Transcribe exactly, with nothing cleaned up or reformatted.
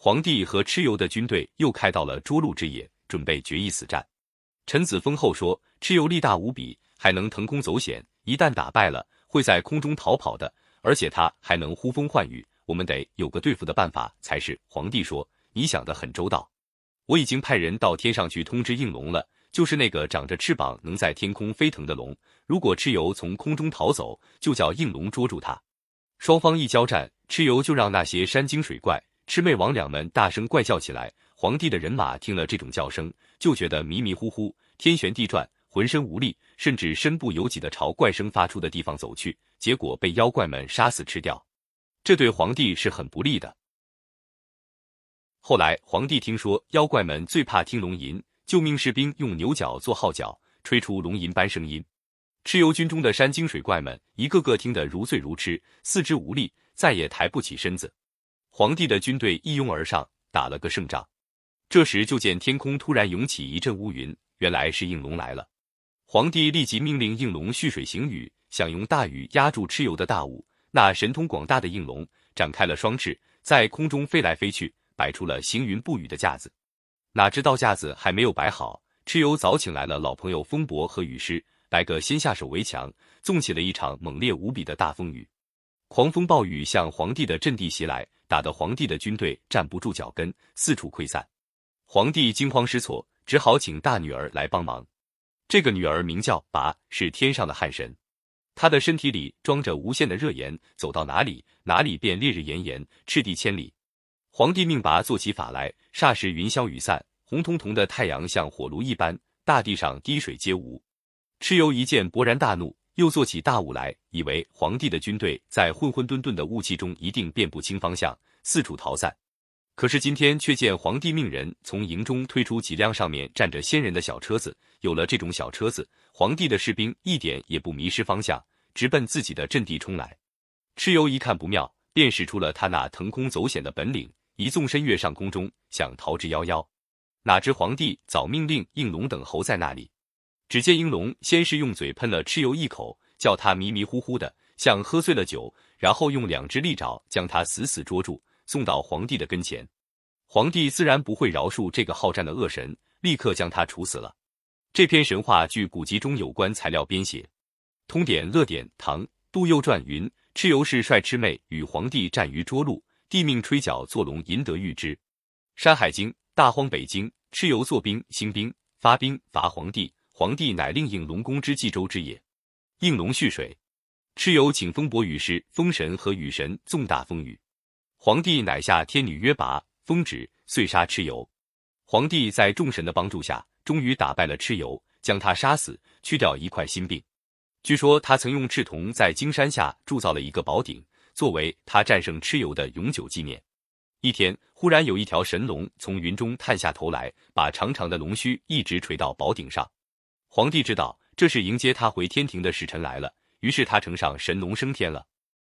黄帝和蚩尤的军队又开到了涿鹿之野，准备决一死战。陈子封后说，蚩尤力大无比，还能腾空走险，一旦打败了，会在空中逃跑的，而且他还能呼风唤雨，我们得有个对付的办法才是。黄帝说，你想得很周到，我已经派人到天上去通知应龙了，就是那个长着翅膀能在天空飞腾的龙，如果蚩尤从空中逃走，就叫应龙捉住他。双方一交战，蚩尤就让那些山精水怪、魑魅魍魉们大声怪叫起来。黄帝的人马听了这种叫声，就觉得迷迷糊糊，天旋地转，浑身无力，甚至身不由己地朝怪声发出的地方走去，结果被妖怪们杀死吃掉。这对黄帝是很不利的。后来黄帝听说妖怪们最怕听龙吟，就命士兵用牛角做号角，吹出龙吟般声音。蚩尤军中的山精水怪们一个个听得如醉如痴，四肢无力，再也抬不起身子。黄帝的军队一拥而上，打了个胜仗。这时就见天空突然涌起一阵乌云，原来是应龙来了。黄帝立即命令应龙蓄水行雨，想用大雨压住蚩尤的大雾。那神通广大的应龙展开了双翅，在空中飞来飞去，摆出了行云布雨的架子。哪知道架子还没有摆好，蚩尤早请来了老朋友风伯和雨师，来个先下手为强，纵起了一场猛烈无比的大风雨。狂风暴雨向黄帝的阵地袭来，打得黄帝的军队站不住脚跟，四处溃散。黄帝惊慌失措，只好请大女儿来帮忙。这个女儿名叫拔，是天上的旱神，她的身体里装着无限的热盐，走到哪里，哪里便烈日炎炎，赤地千里。黄帝命拔做起法来，霎时云消雨散，红彤彤的太阳像火炉一般，大地上滴水皆无。蚩尤一见勃然大怒，又做起大雾来，以为黄帝的军队在混混沌沌的雾气中一定辨不清方向，四处逃散。可是今天却见黄帝命人从营中推出几辆上面站着仙人的小车子，有了这种小车子，黄帝的士兵一点也不迷失方向，直奔自己的阵地冲来。蚩尤一看不妙，便使出了他那腾空走险的本领，一纵身跃上空中，想逃之夭夭。哪知黄帝早命令应龙等候在那里。只见应龙先是用嘴喷了蚩尤一口，叫他迷迷糊糊的，像喝醉了酒，然后用两只利爪将他死死捉住，送到黄帝的跟前。黄帝自然不会饶恕这个好战的恶神，立刻将他处死了。这篇神话据古籍中有关材料编写。通典乐典唐杜佑传云，蚩尤是率魑魅与黄帝战于涿鹿，帝命吹角作龙吟得遇之。山海经大荒北经，蚩尤作兵兴兵，发兵伐黄帝，黄帝乃令应龙攻之冀州之野。应龙蓄水，蚩尤请风伯雨师、风神和雨神纵大风雨。黄帝乃下天女约拔，风止，遂杀蚩尤。黄帝在众神的帮助下，终于打败了蚩尤，将他杀死，去掉一块心病。据说他曾用赤铜在荆山下铸造了一个宝鼎，作为他战胜蚩尤的永久纪念。一天，忽然有一条神龙从云中探下头来，把长长的龙须一直垂到宝鼎上。黄帝知道这是迎接他回天庭的使臣来了，于是他乘上神龙升天了。